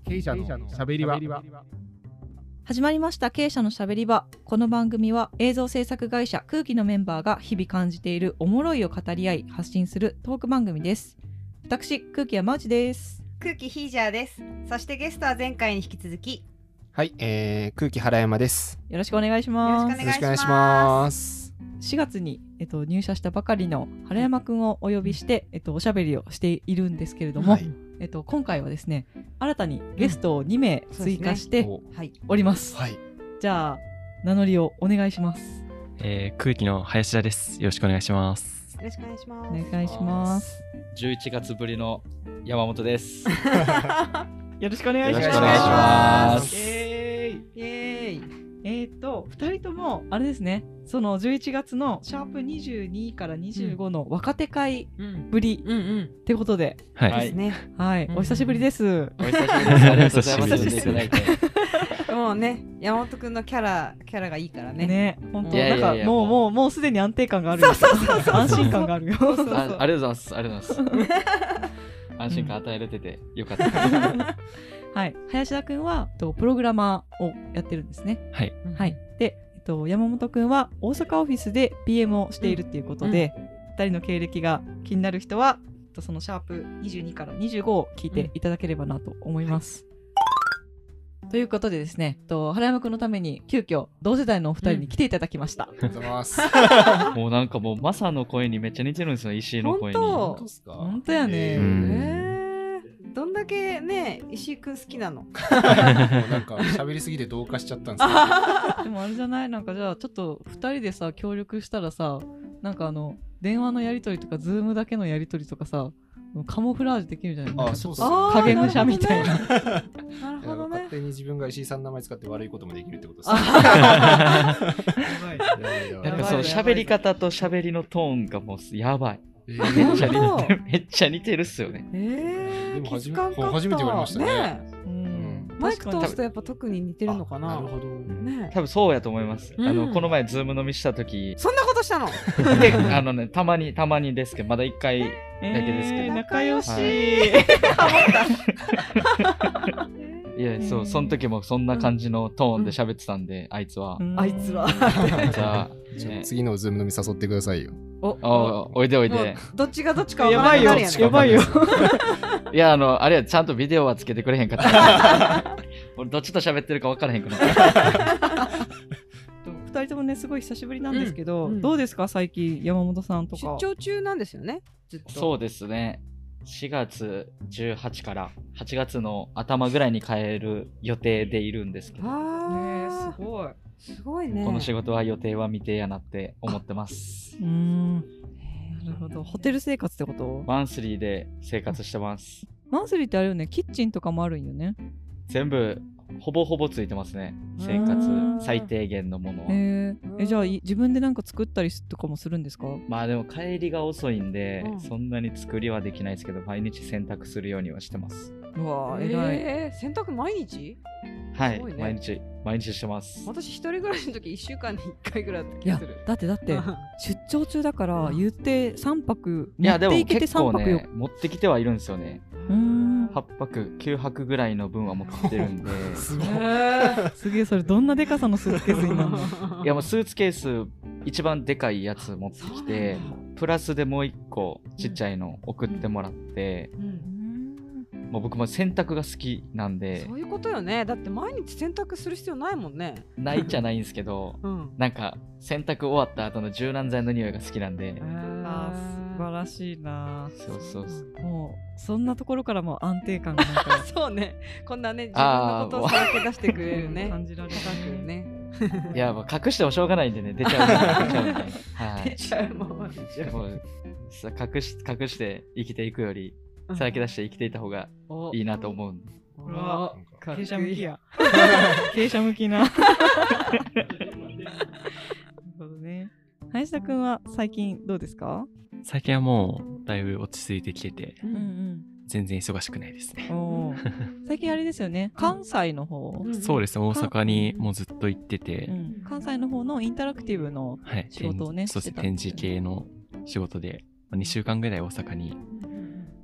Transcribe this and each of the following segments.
経営者のしゃべり場。 始まりました経営者のしゃべり場。この番組は映像制作会社空気のメンバーが日々感じているおもろいを語り合い発信するトーク番組です。私空気山内です。 空気ヒージャーです。そしてゲストは前回に引き続きはい、空気原山です。 よろしくお願いします。 よろしくお願いします。 4月に、入社したばかりの原山くんをお呼びして、おしゃべりをしているんですけれども、はい、今回はですね新たにゲストを2名追加しております、はい、じゃあ名乗りをお願いします。 空気の林田です。よろしくお願いします。 よろしくお願いします。 お願いします。 11月ぶりの山本です。 よろしくお願いします。 よろしくお願いします。 2人ともあれですね、その11月のシャープ22から25の若手会ぶりってことで、 はいですね。 はい、お久しぶりです。 お久しぶりです。ありがとうございます。呼んでいただいて。 もうね、山本くんのキャラがいいからね。 ね、本当なんかもうすでに安定感がある。そう安心感があるよ。 ありがとうございます。ありがとうございます。安心感与えれててよかった。 はい、林田くんはプログラマーをやってるんですね。 はい。 はい。で、山本くんは大阪オフィスで PM をしているっていうことで、2人の経歴が気になる人はそのシャープ22から25を聞いていただければなと思います。ということでですね、原山くんのために急遽同世代のお二人に来ていただきました。 ありがとうございます。 もうなんかもうマサの声にめっちゃ似てるんですよ、石井の声に。 本当やね。 どんだけね、石井くん好きなの？ もうなんか喋りすぎて同化しちゃったんですよ。 でもあれじゃない、なんかじゃあちょっと2人でさ協力したらさ、なんか電話のやり取りとかズームだけのやり取りとかさ、カモフラージュできるじゃないですか。 そうそう。 影武者みたいな。 なるほどね。 勝手に自分が石井さんの名前使って悪いこともできるってことです。 なんかその喋り方と喋りのトーンがもうやばい。めっちゃ似てるっすよね。 でも初めて言われましたね。 マイク通すとやっぱ特に似てるのかな。 なるほど。 多分そうやと思います。この前ズーム飲みした時。 そんなことしたの？ で、たまにですけど、まだ1回だけですけど。 仲良し。 いや、そう、その時もそんな感じのトーンで喋ってたんで、あいつは。じゃあ、 次のズーム飲み誘ってくださいよ。 おいでおいで。 どっちがどっちか分からないやね。 やばいよ。 いや、あれはちゃんとビデオはつけてくれへんかった。俺どっちと喋ってるか分からへんくなった。 2人ともねすごい久しぶりなんですけど、どうですか最近山本さんとか。 出張中なんですよね、ずっと。 そうですね。4月18から8月の頭ぐらいに帰る予定でいるんですけど。 すごいね。 この仕事は予定は未定やなって思ってます。 なるほど。ホテル生活ってこと？ マンスリーで生活してます。 マンスリーってあれよね、キッチンとかもあるんよね。 全部ほぼほぼついてますね。生活最低限のものは。 じゃあ自分でなんか作ったりとかもするんですか？ まあでも帰りが遅いんで、そんなに作りはできないですけど、毎日洗濯するようにはしてます。 うわー偉い。 洗濯毎日？ はい、毎日してます。 私一人暮らしの時1週間に1回ぐらいだった気がする。 だって出張中だから言って3泊いやでも結構ね持ってきてはいるんですよね。8泊9泊ぐらいの分は持ってきてるんで。 すげえ。それどんなでかさのスーツケースになるの？ いやもうスーツケース一番でかいやつ持ってきて、プラスでもう1個ちっちゃいの送ってもらって、もう僕も洗濯が好きなんで。 そういうことよね。だって毎日洗濯する必要ないもんね。 ないじゃないんですけど、なんか洗濯終わった後の柔軟剤の匂いが好きなんで。 素晴らしいな。 そうもうそんなところからも安定感がなんかそうね。こんなね自分のことをさらけ出してくれるね。 感じられるね。 いやもう隠してもしょうがないんでね、出ちゃうんで。 出ちゃうもん。 隠して生きていくよりさらけ出して生きていた方がいいなと思うんで。 傾斜向きや。傾斜向きな。なるほどね。林田くんは最近どうですか？ 最近はもうだいぶ落ち着いてきてて、全然忙しくないですね。 最近あれですよね、関西の方。 そうですね、大阪にもうずっと行ってて、 関西の方のインタラクティブの仕事をね、 そうですね、展示系の仕事で2週間ぐらい大阪に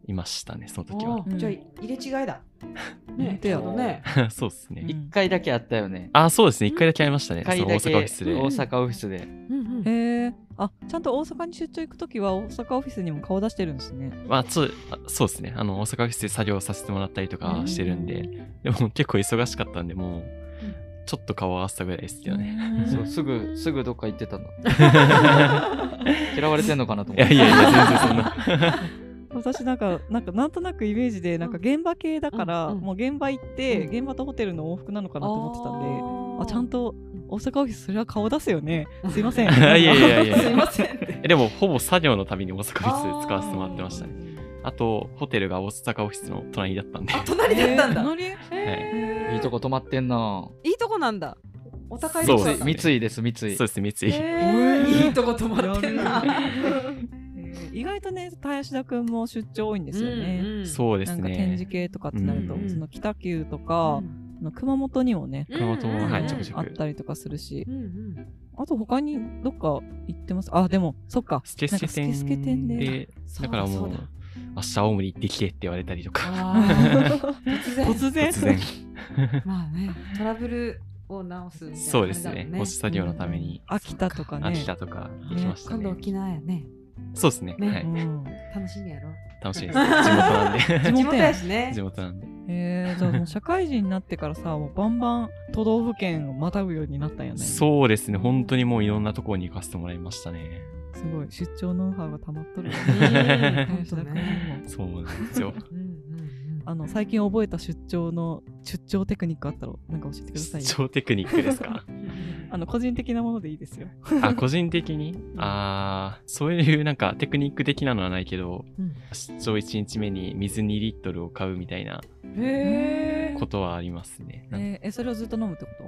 いましたね、その時は。 じゃあ入れ違いだ。ね、 ちょうどね。 そうですね。 1回だけあったよね。 そうですね、1回だけありましたね。 1回だけその大阪オフィスで。 大阪オフィスで。 へえ。ちゃんと大阪に出張行くときは大阪オフィスにも顔出してるんですね。 そうですね。大阪オフィスで作業させてもらったりとかしてるんで、でも結構忙しかったんで、もうちょっと顔合わせたぐらいですけどね。 そう、すぐどっか行ってたんだ。嫌われてんのかなと思って。 いや全然そんな。 私なんとなくイメージで現場系だから、もう現場行って、現場とホテルの往復なのかなと思ってたんで、ちゃんと大阪オフィスそれは顔出すよね。すいません。 いやすいません。 でもほぼ作業のたびに大阪オフィス使わせてもらってましたね。あとホテルが大阪オフィスの隣だったんで。 隣だったんだ。 いいとこ泊まってんな。 いいとこなんだ。お高いとこだ。 三井です、三井。 そうです、三井。 いいとこ泊まってんな。 意外とね、林田くんも出張多いんですよね。 そうですね。 なんか展示系とかってなると、その北九とか、熊本にもね、 熊本もちょくちょくあったりとかするし、あと他にどっか行ってます？でもそっか、 スケスケ店で、だからもう明日青森行ってきてって言われたりとか。 突然。 まあね、トラブルを直すみたいな。 そうですね。保守作業のために。 秋田とかね。 秋田とか行きましたね。 今度沖縄やね。 そうですね。はい。 楽しみやろ。 楽しいです。地元なんで。 地元やしね。 地元なんで。 じゃあもう社会人になってからさ、もうバンバン都道府県をまたぐようになったんよね。 そうですね。本当にもういろんなところに行かせてもらいましたね。 すごい出張ノウハウが溜まっとるよね。 そうなんですよ。 最近覚えた出張テクニックあったらなんか教えてくださいよ。 出張テクニックですか？ 個人的なものでいいですよ。 個人的にそういうなんかテクニック的なのはないけど、出張1日目に水2リットルを買うみたいなことはありますね。 それをずっと飲むってこと？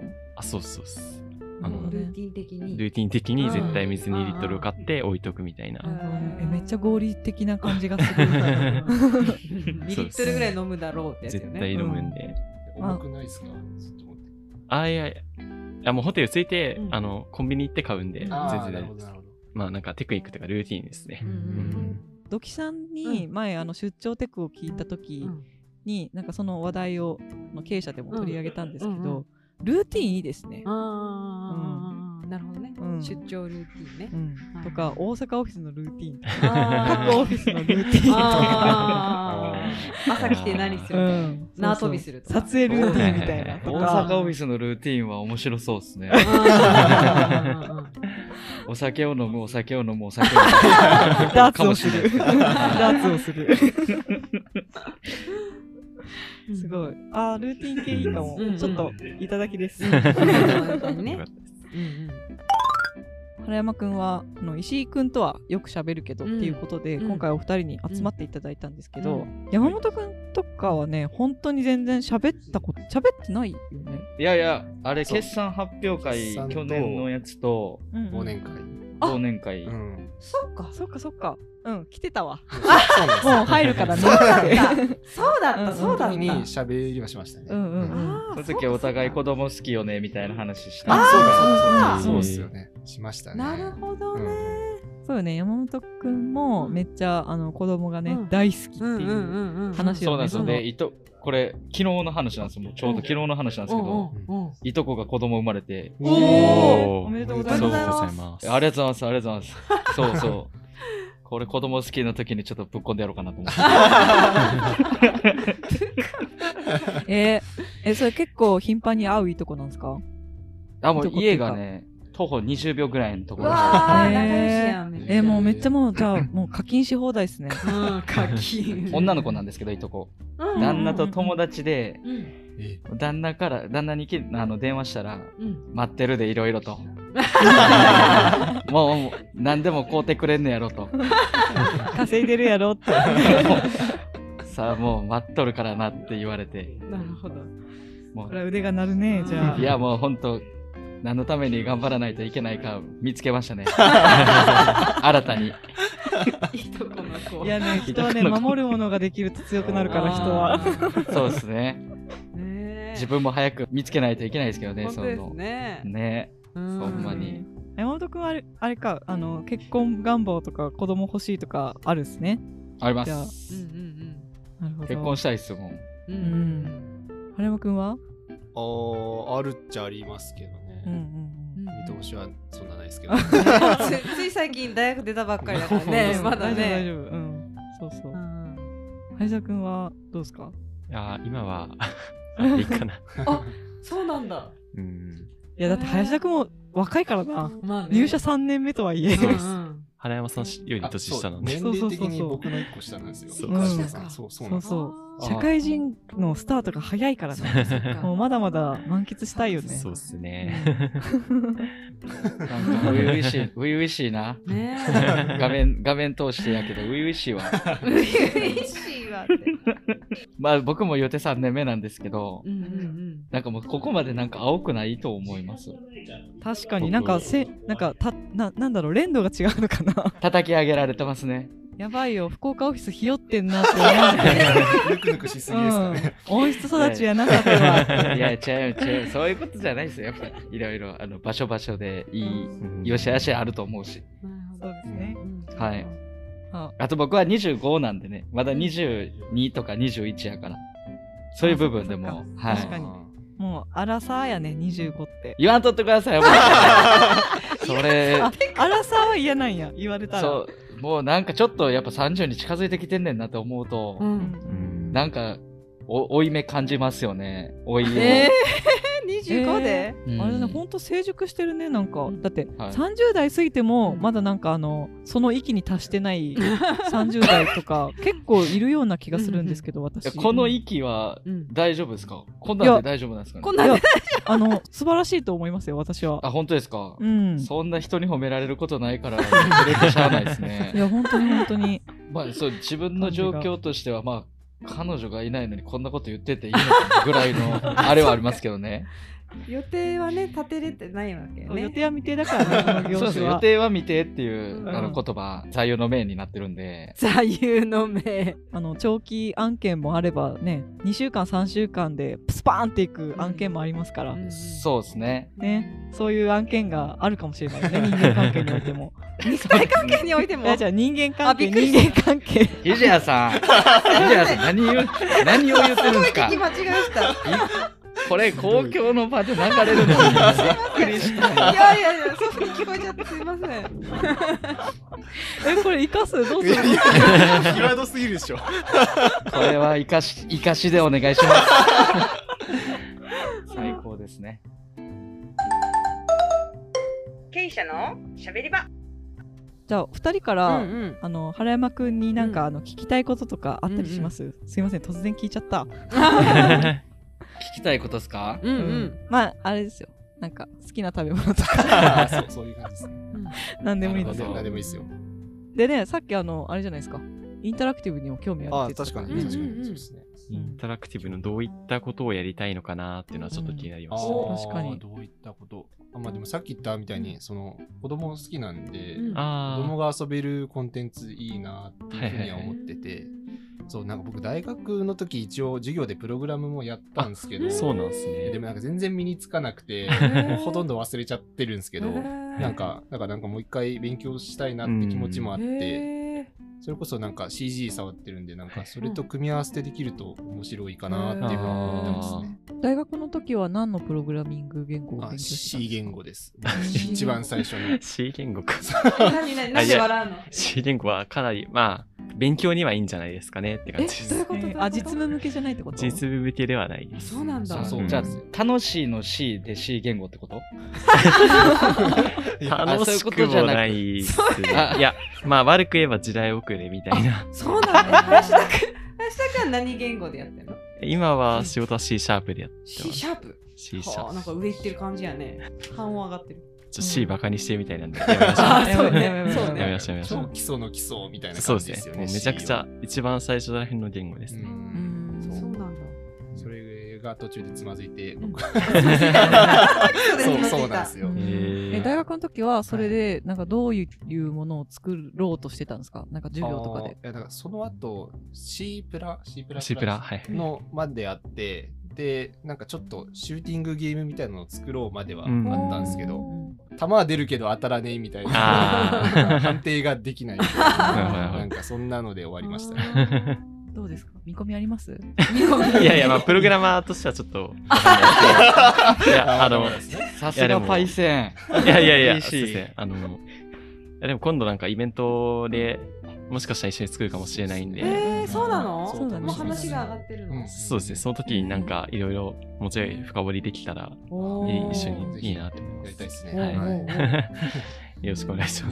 そうそうそう。 ルーティン的に絶対水2リットルを買って置いとくみたいな。 めっちゃ合理的な感じがする。 2リットルぐらい飲むだろうってやつよね。 絶対飲むんで。 重くないですか？ いやもうホテル着いてコンビニ行って買うんで全然大丈夫です。まあなんかテクニックとかルーティンですね。 土器さんに前出張テクを聞いた時になんかその話題を経営者でも取り上げたんですけど、ルーティンいいですね。 なるほどね。出張ルーティンね。 とか大阪オフィスのルーティンとか各オフィスのルーティンとか朝来て何する縄跳びするとか撮影ルーティンみたいな。 大阪オフィスのルーティンは面白そうですね。お酒を飲む。ダーツをする。すごい。ルーティン系いいかも。ちょっといただきです。原山くんは石井くんとはよく喋るけどっていうことで、今回お二人に集まっていただいたんですけど、山本くんとかはね、本当に全然喋ってないよね。 いや、あれ決算発表会、去年のやつと忘年会。 そっか。来てたわ。 もう入るからね。 そうだった。 その時に喋りはしましたね。 その時お互い子供好きよねみたいな話して。 そうですよね。しましたね。 なるほどね。 そうよね。山本くんもめっちゃ子供がね大好きっていう話をね。 そうなんですよね。これ昨日の話なんですよ。ちょうど昨日の話なんですけど、いとこが子供生まれて。 おめでとうございます。ありがとうございます。そう。これ子供好きな時にちょっとぶっこんでやろうかなと思って。それ結構頻繁に会ういとこなんですか？ もう家がね、徒歩20秒ぐらいのところ。 もうめっちゃじゃあもう課金し放題ですね。 課金。 女の子なんですけど、いとこ。旦那と友達で、旦那に電話したら、待ってるでいろいろと。もう何でも買うてくれんのやろと。 稼いでるやろって。 さあもう待っとるからなって言われて。 なるほど。 これは腕が鳴るね。じゃあ。 いやもう本当何のために頑張らないといけないか見つけましたね。新たに。 いやね、人はね、守るものができると強くなるから人は。 そうですね。自分も早く見つけないといけないですけどね。 そうですね。 ね。ほんまに。 山本くんはあれか、結婚願望とか子供欲しいとかあるっすね。 あります。 結婚したいっすもん。 うん。羽山くんは？ あるっちゃありますけどね。見通しはそんなないですけど。 つい最近大学出たばっかりだからね。まだね。 大丈夫。そうそう。林田くんはどうですか？ いや今はいいかな。 あ、そうなんだ。 いやだって林田くんも若いからな。入社3年目とはいえ。 花山さんより年下なんで。 年齢的に僕の1個下なんですよ。 そうそう。社会人のスタートが早いからね。もうまだまだ満喫したいよね。 そうっすね。 なんか初々しいな。画面通してやけど初々しいわ。 初々しいわって。 まあ僕も予定3年目なんですけど、なんかもうここまでなんか青くないと思います。 確かになんかなんだろう、連動が違うのかな。 叩き上げられてますね。 やばいよ、福岡オフィスひよってんなって思う。 ぬくぬくしすぎですかね。 温室育ちやなかったわ。 いや、違う。そういうことじゃないですよ。やっぱりいろいろ場所でいいよしあしあると思うし。 そうですね。 はい。あと僕は25なんでね、まだ22とか21やから。そういう部分でも。 確かに。もう、アラサーやね、25って。 言わんとってください、それ。 アラサーは嫌なんや、言われたら。 そう。もうなんかちょっとやっぱ30に近づいてきてんねんなって思うと、なんか追い目感じますよね。追い目。 25で、 あれね、ほんと成熟してるね。なんかだって30代過ぎてもまだなんかその域に達してない30代とか結構いるような気がするんですけど、私この域は大丈夫ですか？こんなんで大丈夫なんですかね？ こんなんで素晴らしいと思いますよ、私は。 あ、本当ですか？そんな人に褒められることないから照れてしゃあないですね。 いや本当にまあそう自分の状況としてはまあ彼女がいないのにこんなこと言ってていいのかぐらいのあれはありますけどね。 予定はね立てれてないわけよね。 予定は未定だからね。 そうです。予定は未定っていう言葉座右の銘になってるんで。 座右の銘。 長期案件もあればね、2週間3週間でスパーンっていく案件もありますから。 そうですね。 そういう案件があるかもしれないね。人間関係においても。 肉体関係においても。 じゃあ人間関係。 ひじやさん何を言ってるんですか？ 聞き間違えした。 これ公共の場で流れるのにびっくりした。 いやそういう風に聞こえちゃってすいません。 これ生かす？どうする？ 際どすぎるでしょ。 これは生かしでお願いします。最高ですね。 経営者のしゃべり場。 じゃあ2人から、原山くんになんか聞きたいこととかあったりします？すいません、突然聞いちゃった。 聞きたいことですか？ まああれですよ、なんか好きな食べ物とかそういう感じですね。 何でもいいですよ。何でもいいですよ。 でね、さっきあれじゃないですか、インタラクティブにも興味あるって。 確かにそうですね。 インタラクティブのどういったことをやりたいのかなっていうのはちょっと気になりました。 確かに。 どういったこと。まあでもさっき言ったみたいに子供好きなんで、子供が遊べるコンテンツいいなっていうふうには思ってて、そうなんか僕大学の時一応授業でプログラムもやったんですけど、 そうなんですね。 でもなんか全然身につかなくてほとんど忘れちゃってるんですけど、なんかもう一回勉強したいなって気持ちもあって、それこそなんか CG 触ってるんで、なんかそれと組み合わせてできると面白いかなっていうふうに思ってますね。 大学の時は何のプログラミング言語を勉強したんですか ？C 言語です。一番最初の。 C 言語か。 何で笑うの？ C 言語はかなりまあ勉強にはいいんじゃないですかねって感じです。 実務向けじゃないってこと？ 実務向けではないです。 そうなんだ。 じゃあ楽しいの C で C 言語ってこと？ 楽しくもないですね。いやまあ悪く言えば時代遅れみたいな。 そうなんだ。林田君は何言語でやってるの？ 今は仕事は C シャープでやってます。 C シャープ？ C シャープ。 なんか上行ってる感じやね。半音上がってる。 C バカにしてるみたいなんでやめましょう。 そうね。 やめましょう。 超基礎の基礎みたいなそう感じですよね。 もうめちゃくちゃ一番最初らへんの言語ですね。 そうなんだ。 それが途中でつまずいて、僕そうなんですよ。 大学の時はそれでなんかどういうものを作ろうとしてたんですか？なんか授業とかで。 だからその後 C プラのまであって、でなんかちょっとシューティングゲームみたいなのを作ろうまではあったんですけど、弾は出るけど当たらねえみたいな判定ができないなんかそんなので終わりましたね。 どうですか？見込みあります？ いやいや、まあプログラマーとしてはちょっとわかんないですけど、いやさすがパイセン。 いやいやいや、 嬉しいそうですね。でも今度なんかイベントでもしかしたら一緒に作るかもしれないんで。 そうなの？ そうだね。 もう話が上がってるの？ そうですね。その時になんかいろいろもうちょい深掘りできたら一緒にいいなって思います。 やりたいですね。 よろしくお願いします。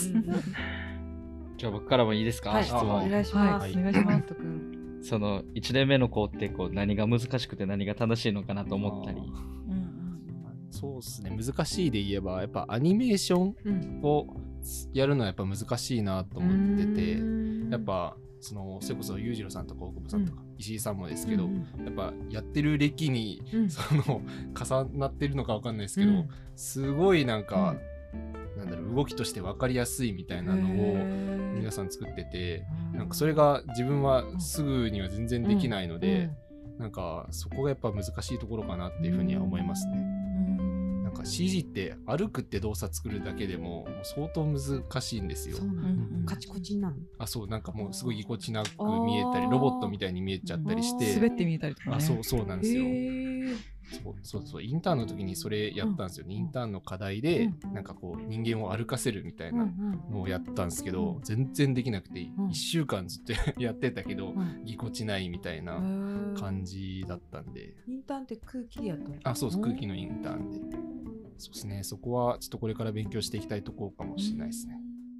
じゃあ僕からもいいですか？質問。 お願いします。 お願いします。 その1年目の子ってこう何が難しくて何が楽しいのかなと思ったり。 そうですね。難しいで言えばやっぱアニメーションをやるのはやっぱ難しいなと思ってて、やっぱそれこそ裕次郎さんとか大久保さんとか石井さんもですけど、やっぱやってる歴に重なってるのかわかんないですけど、すごいなんかなんだろう、動きとして分かりやすいみたいなのを皆さん作ってて、なんかそれが自分はすぐには全然できないので、なんかそこがやっぱ難しいところかなっていうふうには思いますね。なんか CG って歩くって動作作るだけでも相当難しいんですよ。 カチコチになるの？ そう、なんかもうすごいぎこちなく見えたり、ロボットみたいに見えちゃったりして、 滑って見えたりとかね。 そうなんですよ。そうインターンの時にそれやったんですよね。インターンの課題でなんかこう人間を歩かせるみたいなのをやったんですけど、全然できなくて1週間ずっとやってたけどぎこちないみたいな感じだったんで。 インターンって空気でやったの？ そうです、空気のインターンで。そうですね、そこはちょっとこれから勉強していきたいところかもしれないですね。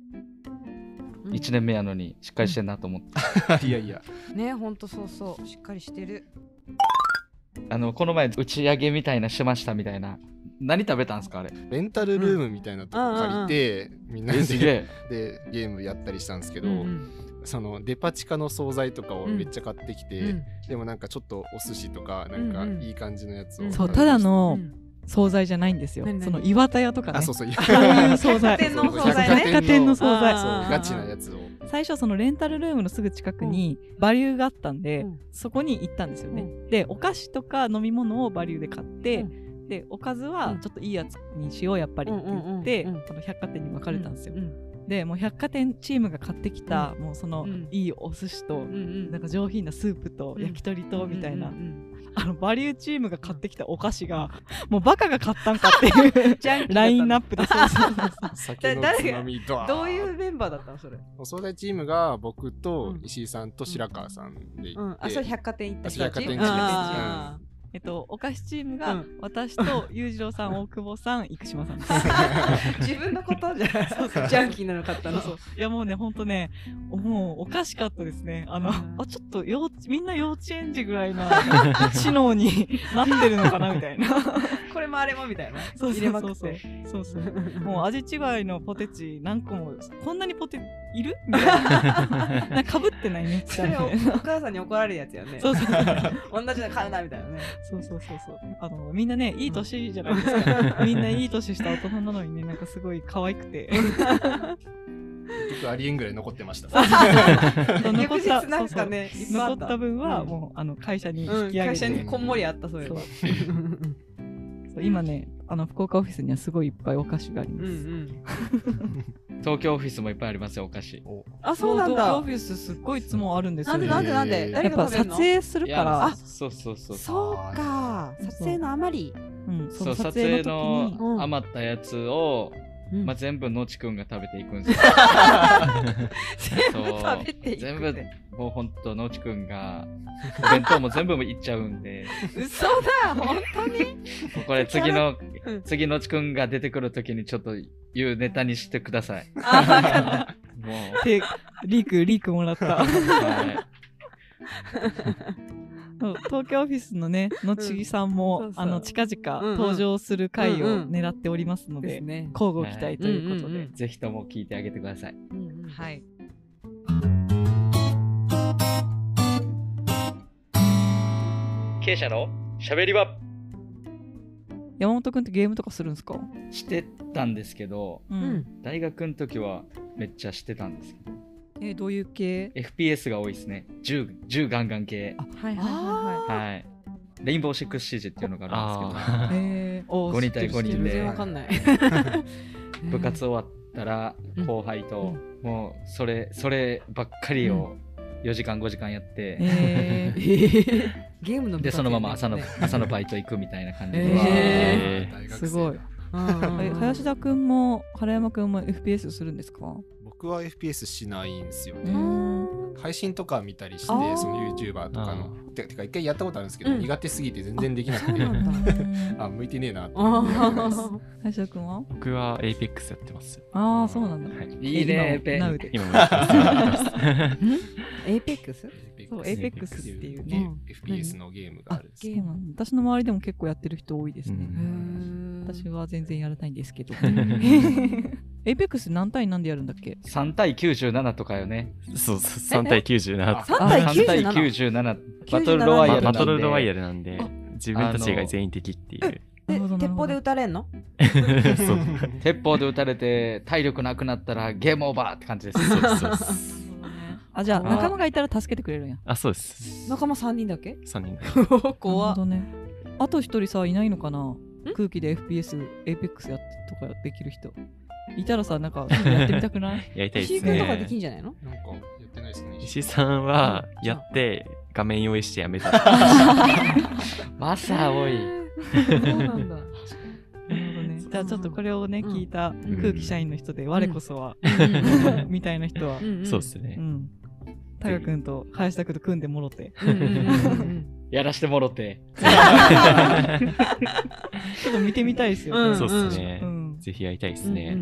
1年目やのにしっかりしてんなと思って。 いやいやね、ほんとそうしっかりしてる。 この前打ち上げみたいなしましたみたいな。何食べたんですかあれ？ レンタルルームみたいなとこ借りて、みんなでゲームやったりしたんですけど、そのデパ地下の惣菜とかをめっちゃ買ってきて、でもなんかちょっとお寿司とかなんかいい感じのやつを、 そう、ただの惣菜じゃないんですよ。その岩田屋とかね。 そういう惣菜。 百貨店の惣菜ね。 百貨店の惣菜。 ガチなやつを。 最初そのレンタルルームのすぐ近くにバリューがあったんで、そこに行ったんですよね。で、お菓子とか飲み物をバリューで買って、でおかずはちょっといいやつにしようやっぱりって言って、その百貨店に分かれたんですよ。でもう百貨店チームが買ってきた、もうそのいいお寿司と、なんか上品なスープと焼き鳥とみたいな、バリューチームが買ってきたお菓子がもうバカが買ったんかっていうラインナップで。 酒のつまみとはどういうメンバーだったのそれ？ お惣菜チームが僕と石井さんと白川さんで行って、 それ百貨店行った人たち。 お菓子チームが私と裕次郎さん、大久保さん、生島さんです。 自分のことじゃジャンキーなの買ったの。 いやもうね、ほんとね、もうおかしかったですね。ちょっとみんな幼稚園児ぐらいな知能になってるのかなみたいな。 これもあれもみたいな。 入れまくって。もう味違いのポテチ何個も、こんなにポテいるみたいな。なんか被ってないね。 それをお母さんに怒られるやつよね。同じの買うなみたいなね。みんなね、いい年じゃないですか。みんないい年した大人なのにね、なんかすごい可愛くて。 結局ありえんぐらい残ってました。 残った分はもう会社に引き上げて、 会社にこんもりあった。そう今ね、福岡オフィスにはすごいいっぱいお菓子があります。 東京オフィスもいっぱいありますよ、お菓子。 そうなんだ。 東京オフィスすっごいいつもあるんですよ。 なんでやっぱ撮影するから。 そうか、撮影の余り。 撮影の余ったやつを全部のちくんが食べていくんですよ。全部もうほんとのちくんがお弁当も全部いっちゃうんで。 嘘だ、本当に。 これ次のちくんが出てくるときにちょっと言うネタにしてください。もうリークもらった。東京オフィスのね、のちぎさんも近々登場する回を狙っておりますので、交互期待ということで、 ぜひとも聞いてあげてください。 はい。 経営者のしゃべり場。 山本くんってゲームとかするんですか？ してたんですけど、大学の時はめっちゃしてたんですけど。 どういう系？ FPS が多いですね。銃ガンガン系。はい。レインボーシックスシージっていうのがあるんですけど、5人対5人で部活終わったら後輩ともうそればっかりを 4時間5時間やって、 ゲームのでそのまま朝のバイト行くみたいな感じで、 すごい。林田くんも原山くんも FPS するんですか？ 僕は FPS しないんですよね。配信とか見たりして、その YouTuber とかのてか一回やったことあるんですけど、苦手すぎて全然できなくて、向いてねえなって思います。 林田くんは？ 僕は Apex やってます。 ああ、そうなんだ。 いいね、 今もやってます。 Apex？ そう、Apex っていうね FPS のゲームがあるんです。 私の周りでも結構やってる人多いですね。私は全然やらないんですけど。Apex 何対何でやるんだっけ ？3対97とかよね。 そうそう、3対97。 3対97。バトルロワイヤルなんで。 バトルロワイヤルなんで、自分たちが全員敵っていう。 鉄砲で撃たれんの？ 鉄砲で撃たれて体力なくなったらゲームオーバーって感じです。 じゃあ仲間がいたら助けてくれるんや。 そうです。 仲間3人だけ ？3人だけ。 怖っ。あと1人さ、いないのかな？空気で FPS、Apex やってとかできる人。いたらさ、なんかやってみたくない？ やりたいですね。 石井君とかできんじゃないの？ なんかやってないですね。 石井さんはやって画面用意してやめた。 マサ多い。 そうなんだ。 じゃあちょっとこれをね聞いた空気社員の人で我こそはみたいな人はそうですね。 タカ君と林田君と組んでもろてやらしてもろてちょっと見てみたいですよ。 そうですね。ぜひやりたいですね。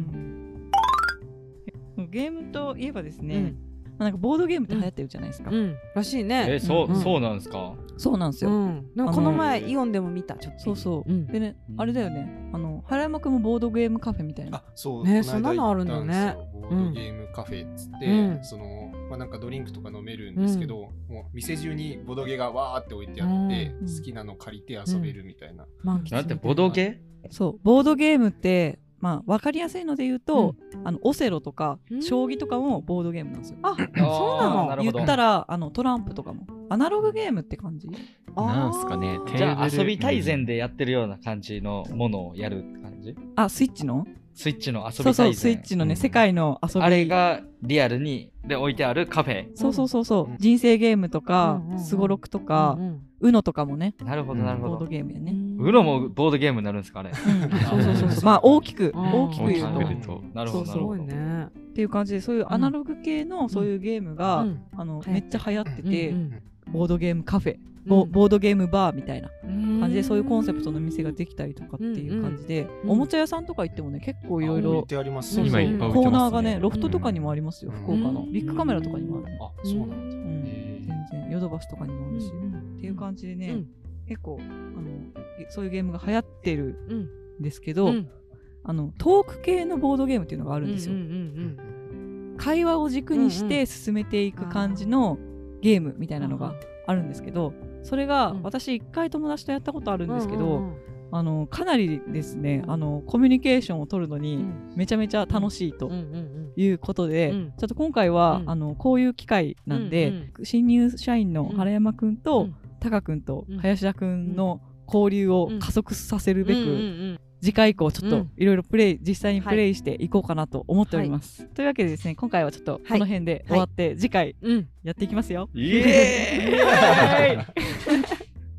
ゲームといえばですね、なんかボードゲームって流行ってるじゃないですか。 らしいね。 そうなんですか？ そうなんですよ。 でもこの前イオンでも見た。ちょっとそうそう。でね、あれだよね。原山くんもボードゲームカフェみたいな。 そうね、そんなのあるんだね。 ボードゲームカフェっつってそのなんかドリンクとか飲めるんですけど、もう店中にボードゲーがわーって置いてあって好きなの借りて遊べるみたいな。 なんてボードゲー？ そう、ボードゲームって分かりやすいので言うと、オセロとか将棋とかもボードゲームなんですよ。 そうなの。 言ったらトランプとかもアナログゲームって感じなんすかね。 じゃあ遊び大全でやってるような感じのものをやるって感じ？ スイッチの遊び大全。 そうスイッチのね、世界の遊び。 あれがリアルにで置いてあるカフェ。 そう、人生ゲームとかすごろくとかUNOとかもね。 なるほどなるほど。 ボードゲームやね。 UNOもボードゲームになるんですかあれ？ そう大きく言うと。なるほどすごいね。 っていう感じで、そういうアナログ系のそういうゲームがめっちゃ流行ってて、ボードゲームカフェ、ボードゲームバーみたいな感じで、そういうコンセプトの店ができたりとかっていう感じで、おもちゃ屋さんとか行ってもね、結構いろいろコーナーがね、ロフトとかにもありますよ。福岡のビッグカメラとかにもある。 そうなんだ。 全然ヨドバシとかにもあるしっていう感じでね、結構そういうゲームが流行ってるんですけど、トーク系のボードゲームっていうのがあるんですよ。会話を軸にして進めていく感じのゲームみたいなのがあるんですけど、それが私一回友達とやったことあるんですけど、かなりですね、コミュニケーションを取るのにめちゃめちゃ楽しいということで、ちょっと今回はこういう機会なんで、新入社員の原山くんとタカくんと林田くんの交流を加速させるべく、次回以降ちょっといろいろ実際にプレイしていこうかなと思っております。というわけでですね、今回はちょっとこの辺で終わって、次回やっていきますよ。イエーイ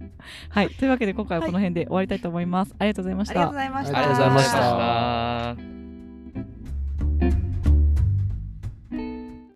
はい、というわけで今回はこの辺で終わりたいと思います。ありがとうございました。 ありがとうございました。 ありがとうございました。